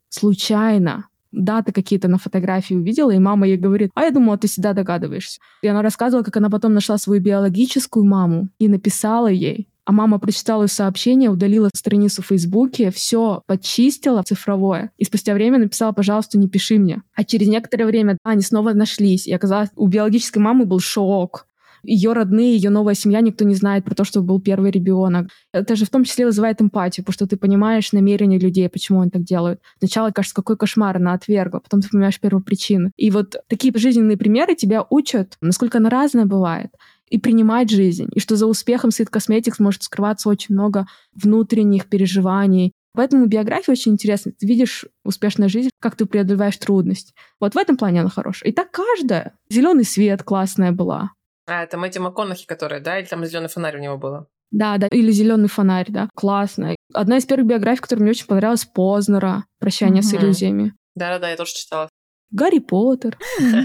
случайно даты какие-то на фотографии увидела, и мама ей говорит: а я думала, ты всегда догадываешься. И она рассказывала, как она потом нашла свою биологическую маму и написала ей. А мама прочитала ее сообщение, удалила страницу в Фейсбуке, все подчистила цифровое. И спустя время написала: пожалуйста, не пиши мне. А через некоторое время они снова нашлись. И оказалось, у биологической мамы был шок. Ее родные, ее новая семья, никто не знает про то, что был первый ребенок. Это же в том числе вызывает эмпатию, потому что ты понимаешь намерения людей, почему они так делают. Сначала кажется, какой кошмар, она отвергла, потом ты понимаешь первопричину. И вот такие жизненные примеры тебя учат, насколько она разная бывает, и принимать жизнь, и что за успехом Sweet Cosmetics может скрываться очень много внутренних переживаний. Поэтому биография очень интересна. Ты видишь успешную жизнь, как ты преодолеваешь трудности. Вот в этом плане она хорошая. И так каждая. Зеленый свет классная была. А, это Мэтью МакКонахи, которая, да? Или там зеленый фонарь у него было? Да, да. Или зеленый фонарь, да. Классно. Одна из первых биографий, которая мне очень понравилась, Познера «Прощание с иллюзиями». Да-да-да, я тоже читала. Гарри Поттер.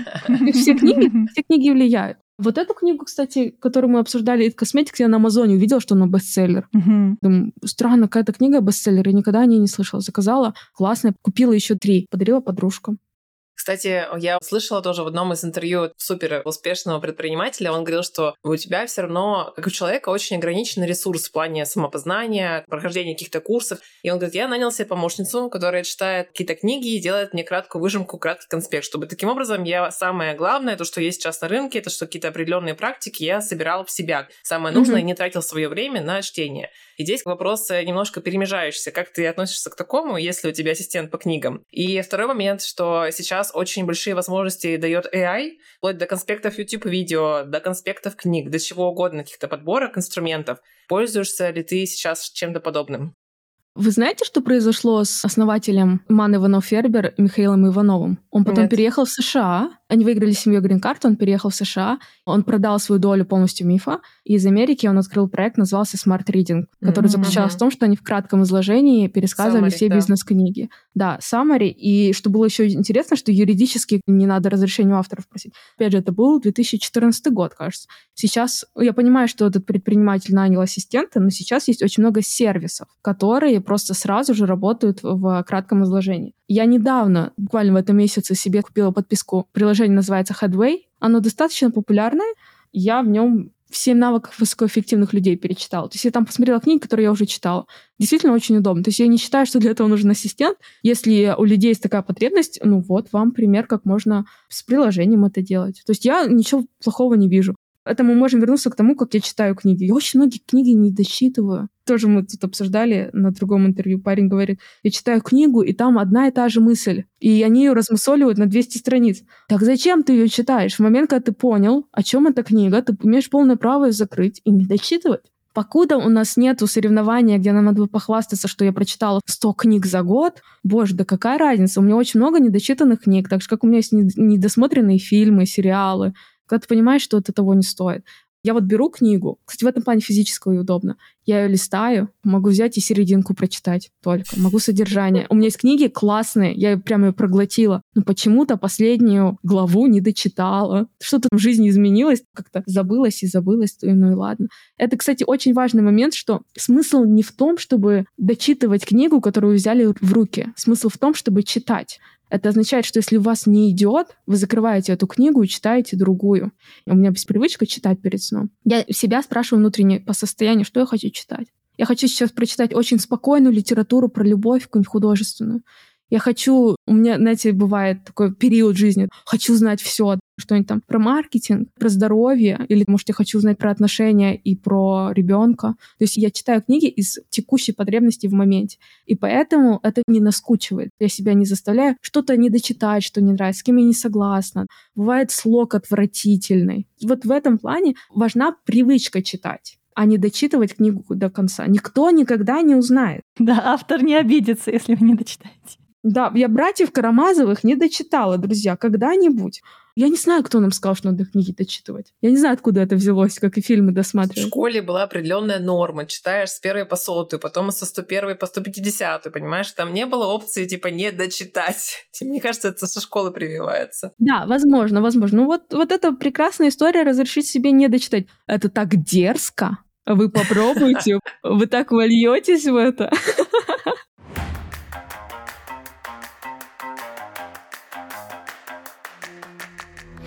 Все книги, все книги влияют. Вот эту книгу, кстати, которую мы обсуждали, It Cosmetics, я на Амазоне увидела, что она бестселлер. Думаю, странно, какая-то книга бестселлер, я никогда о ней не слышала. Заказала, классно, купила еще три, подарила подружкам. Кстати, я слышала тоже в одном из интервью супер успешного предпринимателя, он говорил, что у тебя все равно, как у человека, очень ограниченный ресурс в плане самопознания, прохождения каких-то курсов. И он говорит: я нанял себе помощницу, которая читает какие-то книги и делает мне краткую выжимку, краткий конспект, чтобы таким образом я самое главное, то, что есть сейчас на рынке, это что какие-то определенные практики я собирал в себя. Самое нужное, mm-hmm. и не тратил свое время на чтение. И здесь вопрос немножко перемежающийся. Как ты относишься к такому, если у тебя ассистент по книгам? И второй момент, что сейчас очень большие возможности дает эй ай, вплоть до конспектов YouTube-видео, до конспектов книг, до чего угодно, каких-то подборок, инструментов. Пользуешься ли ты сейчас чем-то подобным? Вы знаете, что произошло с основателем Ман Иванов Фербер Михаилом Ивановым? Он потом Нет. переехал в США. Они выиграли семью грин-карт, он переехал в США. Он продал свою долю полностью Мифа. И из Америки он открыл проект, назывался Smart Reading, который mm-hmm. заключался в том, что они в кратком изложении пересказывали summary, все да. бизнес-книги. Да, summary. И что было еще интересно, что юридически не надо разрешения у авторов просить. Опять же, это был две тысячи четырнадцатый год, кажется. Сейчас я понимаю, что этот предприниматель нанял ассистента, но сейчас есть очень много сервисов, которые просто сразу же работают в кратком изложении. Я недавно, буквально в этом месяце, себе купила подписку. Приложение называется Headway. Оно достаточно популярное. Я в нем семь навыков высокоэффективных людей перечитала. То есть я там посмотрела книги, которые я уже читала. Действительно очень удобно. То есть я не считаю, что для этого нужен ассистент. Если у людей есть такая потребность, ну вот вам пример, как можно с приложением это делать. То есть я ничего плохого не вижу. Это мы можем вернуться к тому, как я читаю книги. Я очень многие книги не дочитываю. Тоже мы тут обсуждали на другом интервью. Парень говорит: я читаю книгу, и там одна и та же мысль. И они ее размусоливают на двести страниц. Так зачем ты ее читаешь? В момент, когда ты понял, о чем эта книга, ты имеешь полное право ее закрыть и не дочитывать. Покуда у нас нету соревнования, где нам надо похвастаться, что я прочитала сто книг за год, боже, да какая разница? У меня очень много недочитанных книг, так же, как у меня есть недосмотренные фильмы, сериалы. Когда ты понимаешь, что это того не стоит. Я вот беру книгу, кстати, в этом плане физического и удобно. Я ее листаю, могу взять и серединку прочитать только. Могу содержание. У меня есть книги классные, я прямо ее проглотила, но почему-то последнюю главу не дочитала. Что-то в жизни изменилось, как-то забылось и забылось, ну и ладно. Это, кстати, очень важный момент, что смысл не в том, чтобы дочитывать книгу, которую вы взяли в руки. Смысл в том, чтобы читать. Это означает, что если у вас не идет, вы закрываете эту книгу и читаете другую. У меня есть привычка читать перед сном. Я себя спрашиваю внутренне по состоянию, что я хочу читать. Я хочу сейчас прочитать очень спокойную литературу про любовь, какую-нибудь художественную. Я хочу... У меня, знаете, бывает такой период жизни. Хочу знать все, что-нибудь там про маркетинг, про здоровье, или, может, я хочу узнать про отношения и про ребенка. То есть я читаю книги из текущей потребности в моменте. И поэтому это не наскучивает. Я себя не заставляю что-то не дочитать, что не нравится, с кем я не согласна. Бывает слог отвратительный. Вот в этом плане важна привычка читать, а не дочитывать книгу до конца. Никто никогда не узнает. Да, автор не обидится, если вы не дочитаете. Да, я «Братьев Карамазовых» не дочитала, друзья, когда-нибудь. Я не знаю, кто нам сказал, что надо книги дочитывать. Я не знаю, откуда это взялось, как и фильмы досматривать. В школе была определенная норма. Читаешь с первой по сотую, потом со сто первой по сто пятидесятую, понимаешь? Там не было опции, типа, не дочитать. Мне кажется, это со школы прививается. Да, возможно, возможно. Ну вот, вот это прекрасная история разрешить себе не дочитать. Это так дерзко. Вы попробуйте. Вы так вольетесь в это.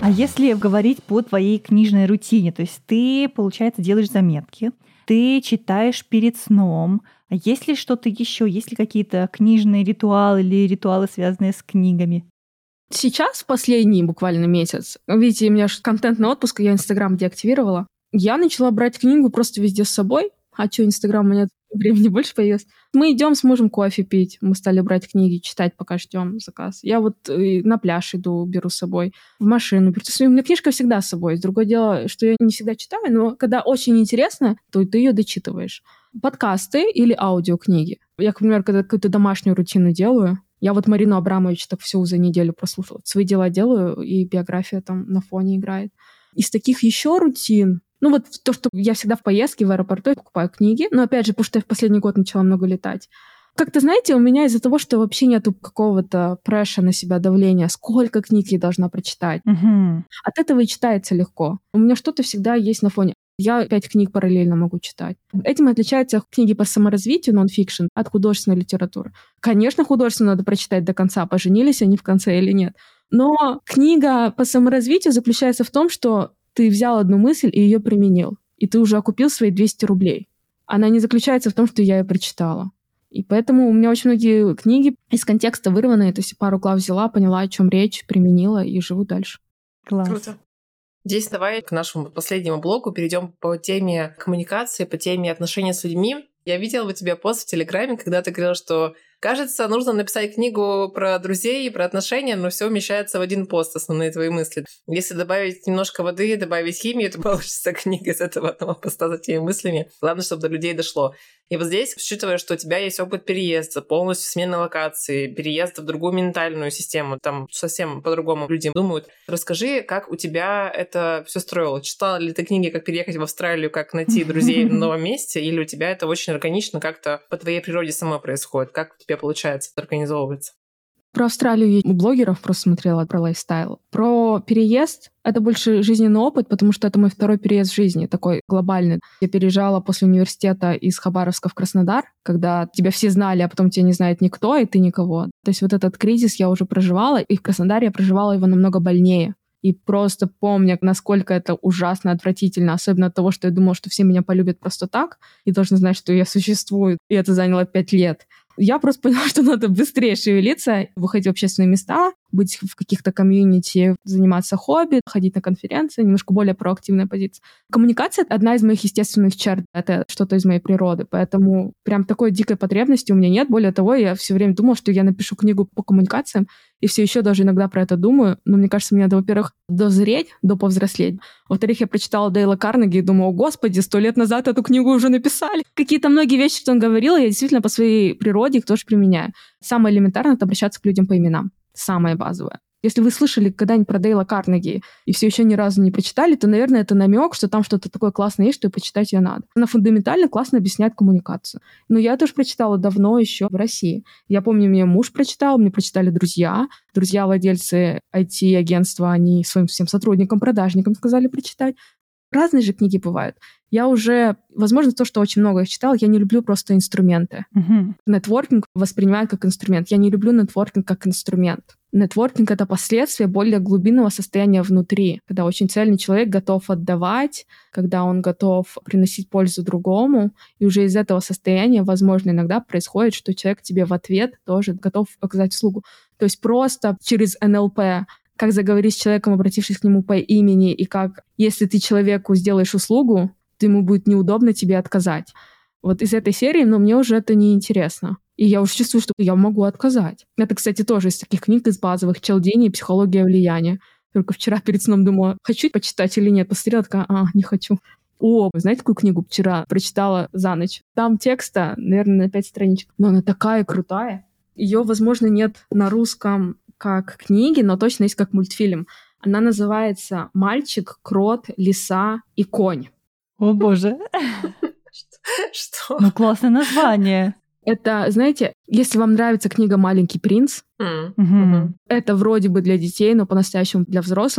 А если говорить по твоей книжной рутине, то есть ты, получается, делаешь заметки, ты читаешь перед сном, а есть ли что-то еще, есть ли какие-то книжные ритуалы или ритуалы, связанные с книгами? Сейчас, в последний буквально месяц, видите, у меня же контентный отпуск, я Инстаграм деактивировала, я начала брать книгу просто везде с собой. А что, Инстаграм, у меня времени больше появилось. Мы идем с мужем кофе пить. Мы стали брать книги, читать, пока ждем заказ. Я вот на пляж иду, беру с собой, в машину. У меня книжка всегда с собой. Другое дело, что я не всегда читаю, но когда очень интересно, то ты ее дочитываешь. Подкасты или аудиокниги. Я, например, когда какую-то домашнюю рутину делаю, я вот Марину Абрамович так всю за неделю прослушала. Свои дела делаю, и биография там на фоне играет. Из таких еще рутин, ну вот то, что я всегда в поездке, в аэропорту покупаю книги, но опять же, потому что я в последний год начала много летать. Как-то, знаете, у меня из-за того, что вообще нету какого-то пресса на себя, давления, сколько книг я должна прочитать. Угу. От этого и читается легко. У меня что-то всегда есть на фоне. Я пять книг параллельно могу читать. Этим отличаются книги по саморазвитию, нон-фикшн, от художественной литературы. Конечно, художественную надо прочитать до конца, поженились они в конце или нет. Но книга по саморазвитию заключается в том, что ты взял одну мысль и ее применил, и ты уже окупил свои двести рублей. Она не заключается в том, что я ее прочитала. И поэтому у меня очень многие книги из контекста вырванные, то есть пару глав взяла, поняла, о чем речь, применила и живу дальше. Класс. Круто. Здесь давай к нашему последнему блоку перейдем по теме коммуникации, по теме отношений с людьми. Я видела у тебя пост в Телеграме, когда ты говорила, что, кажется, нужно написать книгу про друзей и про отношения, но все умещается в один пост, основные твои мысли. Если добавить немножко воды, добавить химию, то получится книга из этого одного поста за теми мыслями. Главное, чтобы до людей дошло. И вот здесь, учитывая, что у тебя есть опыт переезда, полностью смены локации, переезда в другую ментальную систему, там совсем по-другому люди думают. Расскажи, как у тебя это все строило? Читала ли ты книги, как переехать в Австралию, как найти друзей в новом месте, или у тебя это очень органично как-то по твоей природе самой происходит? Как у тебя получается это организовывается? Про Австралию я у блогеров просто смотрела, про лайфстайл. Про переезд — это больше жизненный опыт, потому что это мой второй переезд в жизни, такой глобальный. Я переезжала после университета из Хабаровска в Краснодар, когда тебя все знали, а потом тебя не знает никто, и ты никого. То есть вот этот кризис я уже проживала, и в Краснодаре я проживала его намного больнее. И просто помня, насколько это ужасно, отвратительно, особенно от того, что я думала, что все меня полюбят просто так, и должны знать, что я существую, и это заняло пять лет. Я просто поняла, что надо быстрее шевелиться, выходить в общественные места, быть в каких-то комьюнити, заниматься хобби, ходить на конференции, немножко более проактивная позиция. Коммуникация — одна из моих естественных черт, это что-то из моей природы, поэтому прям такой дикой потребности у меня нет. Более того, я все время думала, что я напишу книгу по коммуникациям, и все еще даже иногда про это думаю, но мне кажется, мне надо, во-первых, дозреть, до повзрослеть. Во-вторых, я прочитала Дейла Карнеги и думала: о, господи, сто лет назад эту книгу уже написали. Какие-то многие вещи, что он говорил, я действительно по своей природе их тоже применяю. Самое элементарное — это обращаться к людям по именам. Самое базовое. Если вы слышали когда-нибудь про Дейла Карнеги и все еще ни разу не прочитали, то, наверное, это намек, что там что-то такое классное есть, что и почитать ее надо. Она фундаментально классно объясняет коммуникацию. Но я тоже прочитала давно еще в России. Я помню, мне муж прочитал, мне прочитали друзья. Друзья владельцы ай ти-агентства, они своим всем сотрудникам, продажникам сказали прочитать. Разные же книги бывают. Я уже, возможно, то, что очень много их читала, я не люблю просто инструменты. Uh-huh. Нетворкинг воспринимаю как инструмент. Я не люблю нетворкинг как инструмент. Нетворкинг — это последствия более глубинного состояния внутри, когда очень цельный человек готов отдавать, когда он готов приносить пользу другому, и уже из этого состояния, возможно, иногда происходит, что человек тебе в ответ тоже готов оказать услугу. То есть просто через эн эл пэ как заговорить с человеком, обратившись к нему по имени, и как, если ты человеку сделаешь услугу, то ему будет неудобно тебе отказать. Вот из этой серии, но мне уже это не интересно. И я уже чувствую, что я могу отказать. Это, кстати, тоже из таких книг, из базовых: «Челдини» и «Психология влияния». Только вчера перед сном думала, хочу почитать или нет. Посмотрела, такая: а, не хочу. О, знаете, какую книгу вчера прочитала за ночь? Там текста, наверное, на пять страничек. Но она такая крутая. Ее, возможно, нет на русском как книги, но точно есть как мультфильм. Она называется «Мальчик, крот, лиса и конь». О, боже. Что? Ну, классное название. Это, знаете, если вам нравится книга «Маленький принц», Mm. Uh-huh. это вроде бы для детей, но по-настоящему для взрослых.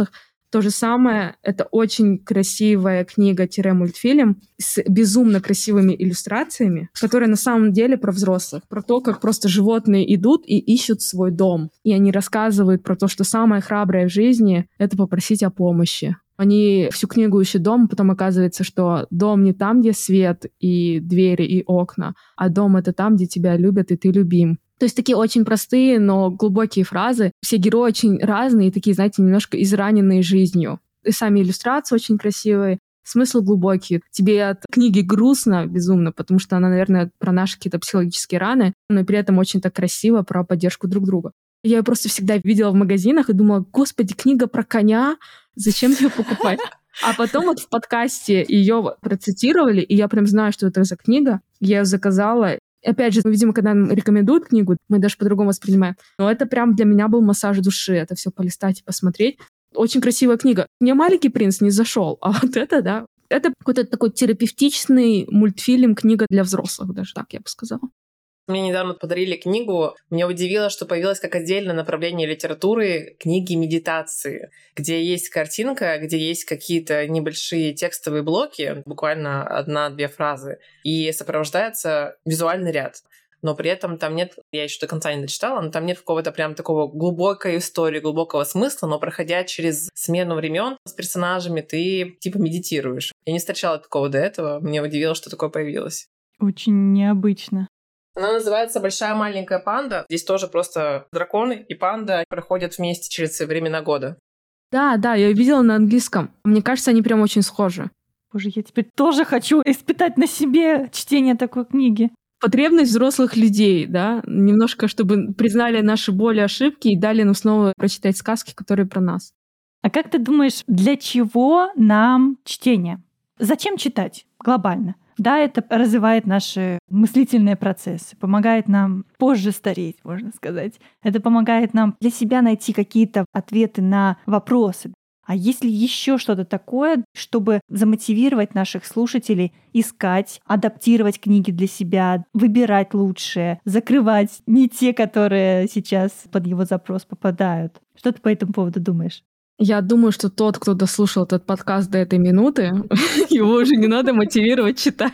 То же самое, это очень красивая книга-мультфильм с безумно красивыми иллюстрациями, которая на самом деле про взрослых, про то, как просто животные идут и ищут свой дом. И они рассказывают про то, что самое храброе в жизни — это попросить о помощи. Они всю книгу ищут дом, потом оказывается, что дом не там, где свет и двери и окна, а дом — это там, где тебя любят и ты любим. То есть такие очень простые, но глубокие фразы. Все герои очень разные, такие, знаете, немножко израненные жизнью. И сами иллюстрации очень красивые, смысл глубокий. Тебе от книги грустно безумно, потому что она, наверное, про наши какие-то психологические раны, но при этом очень так красиво про поддержку друг друга. Я ее просто всегда видела в магазинах и думала: господи, книга про коня, зачем ее покупать? А потом вот в подкасте ее процитировали, и я прям знаю, что это за книга. Я ее заказала. Опять же, видимо, когда нам рекомендуют книгу, мы даже по-другому воспринимаем. Но это прям для меня был массаж души. Это все полистать и посмотреть. Очень красивая книга. Мне «Маленький принц» не зашел, а вот это, да. Это какой-то такой терапевтичный мультфильм, книга для взрослых, даже так я бы сказала. Мне недавно подарили книгу. Меня удивило, что появилось как отдельное направление литературы книги медитации, где есть картинка, где есть какие-то небольшие текстовые блоки, буквально одна-две фразы, и сопровождается визуальный ряд. Но при этом там нет, я еще до конца не дочитала, но там нет какого-то прям такого глубокой истории, глубокого смысла, но проходя через смену времен с персонажами, ты типа медитируешь. Я не встречала такого до этого, мне удивило, что такое появилось. Очень необычно. Она называется «Большая маленькая панда». Здесь тоже просто драконы и панда проходят вместе через времена года. Да, да, я видела на английском. Мне кажется, они прям очень схожи. Боже, я теперь тоже хочу испытать на себе чтение такой книги. Потребность взрослых людей, да, немножко, чтобы признали наши боли, ошибки и дали нам снова прочитать сказки, которые про нас. А как ты думаешь, для чего нам чтение? Зачем читать глобально? Да, это развивает наши мыслительные процессы, помогает нам позже стареть, можно сказать. Это помогает нам для себя найти какие-то ответы на вопросы. А есть ли еще что-то такое, чтобы замотивировать наших слушателей искать, адаптировать книги для себя, выбирать лучшие, закрывать не те, которые сейчас под его запрос попадают? Что ты по этому поводу думаешь? Я думаю, что тот, кто дослушал этот подкаст до этой минуты, его уже не надо мотивировать читать.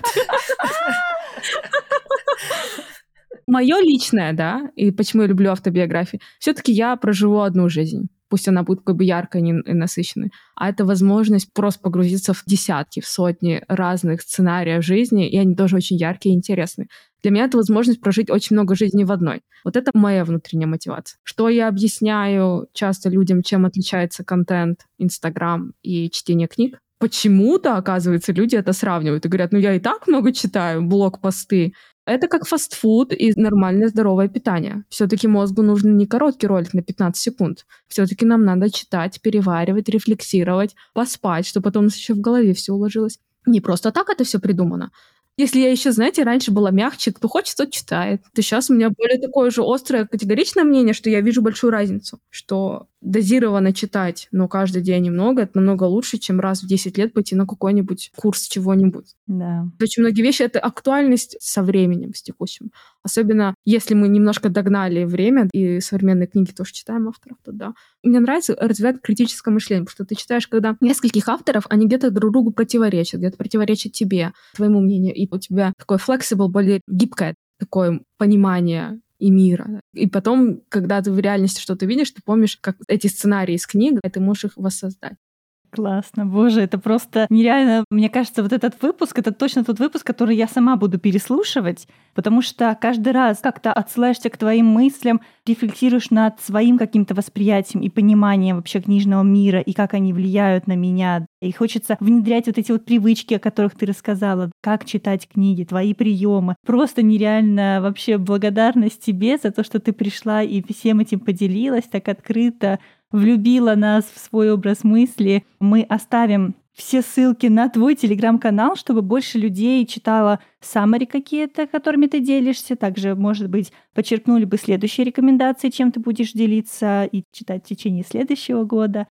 Мое личное, да, и почему я люблю автобиографии, все-таки я проживу одну жизнь. Пусть она будет как бы яркой и насыщенной. А это возможность просто погрузиться в десятки, в сотни разных сценариев жизни, и они тоже очень яркие и интересные. Для меня это возможность прожить очень много жизней в одной. Вот это моя внутренняя мотивация. Что я объясняю часто людям, чем отличается контент, Инстаграм и чтение книг. Почему-то, оказывается, люди это сравнивают и говорят: ну я и так много читаю, блог-посты. Это как фастфуд и нормальное здоровое питание. Все-таки мозгу нужен не короткий ролик на пятнадцать секунд. Все-таки нам надо читать, переваривать, рефлексировать, поспать, чтобы потом у нас еще в голове все уложилось. Не просто так это все придумано. Если я еще, знаете, раньше была мягче, кто хочет, тот читает. То сейчас у меня более такое же острое, категоричное мнение, что я вижу большую разницу, что дозированно читать, но каждый день немного, это намного лучше, чем раз в десять лет пойти на какой-нибудь курс чего-нибудь. Да. Очень многие вещи — это актуальность со временем, с текущим. Особенно если мы немножко догнали время, и современные книги тоже читаем авторов, то да. Мне нравится развивать критическое мышление, потому что ты читаешь, когда нескольких авторов, они где-то друг другу противоречат, где-то противоречат тебе, твоему мнению, и у тебя такое flexible, более гибкое такое понимание и мира. И потом, когда ты в реальности что-то видишь, ты помнишь, как эти сценарии из книг, и ты можешь их воссоздать. Классно, боже, это просто нереально. Мне кажется, вот этот выпуск — это точно тот выпуск, который я сама буду переслушивать, потому что каждый раз как-то отсылаешься к твоим мыслям, рефлексируешь над своим каким-то восприятием и пониманием вообще книжного мира и как они влияют на меня. И хочется внедрять вот эти вот привычки, о которых ты рассказала, как читать книги, твои приемы. Просто нереально вообще благодарность тебе за то, что ты пришла и всем этим поделилась так открыто, влюбила нас в свой образ мысли. Мы оставим все ссылки на твой телеграм-канал, чтобы больше людей читало саммари какие-то, которыми ты делишься. Также, может быть, подчеркнули бы следующие рекомендации, чем ты будешь делиться и читать в течение следующего года.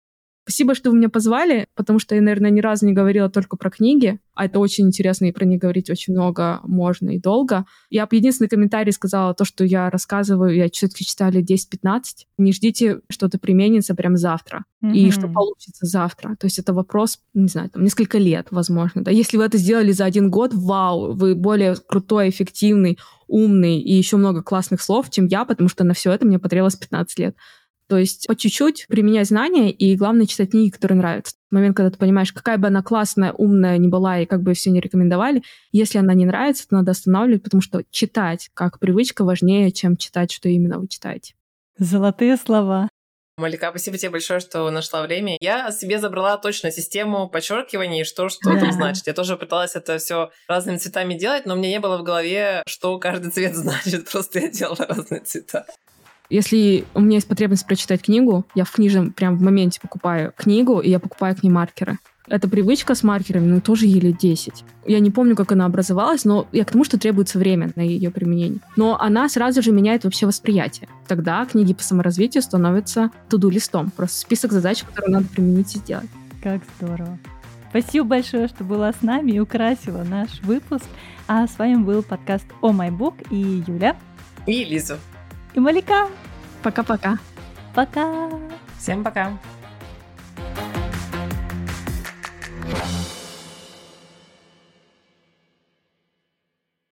Спасибо, что вы меня позвали, потому что я, наверное, ни разу не говорила только про книги, а это очень интересно, и про них говорить очень много можно и долго. Я бы единственный комментарий сказала, то, что я рассказываю, я все-таки читала лет десять-пятнадцать. Не ждите, что это применится прямо завтра, mm-hmm. и что получится завтра. То есть это вопрос, не знаю, там, несколько лет, возможно. Да? Если вы это сделали за один год, вау, вы более крутой, эффективный, умный и еще много классных слов, чем я, потому что на все это мне потребовалось пятнадцать лет. То есть по чуть-чуть применять знания, и главное читать книги, которые нравятся. В момент, когда ты понимаешь, какая бы она классная, умная ни была, и как бы все не рекомендовали, если она не нравится, то надо останавливать, потому что читать как привычка важнее, чем читать, что именно вы читаете. Золотые слова. Малика, спасибо тебе большое, что нашла время. Я себе забрала точно систему подчеркиваний, что что Да. там значит. Я тоже пыталась это все разными цветами делать, но мне не было в голове, что каждый цвет значит. Просто я делала разные цвета. Если у меня есть потребность прочитать книгу, я в книжном прям в моменте покупаю книгу, и я покупаю к ней маркеры. Эта привычка с маркерами, ну, тоже ей лет десять. Я не помню, как она образовалась, но я к тому, что требуется время на ее применение. Но она сразу же меняет вообще восприятие. Тогда книги по саморазвитию становятся туду-листом. Просто список задач, которые надо применить и сделать. Как здорово. Спасибо большое, что была с нами и украсила наш выпуск. А с вами был подкаст «О май бук» и Юля. И Лиза. И Малика. Пока-пока. Пока. Всем пока.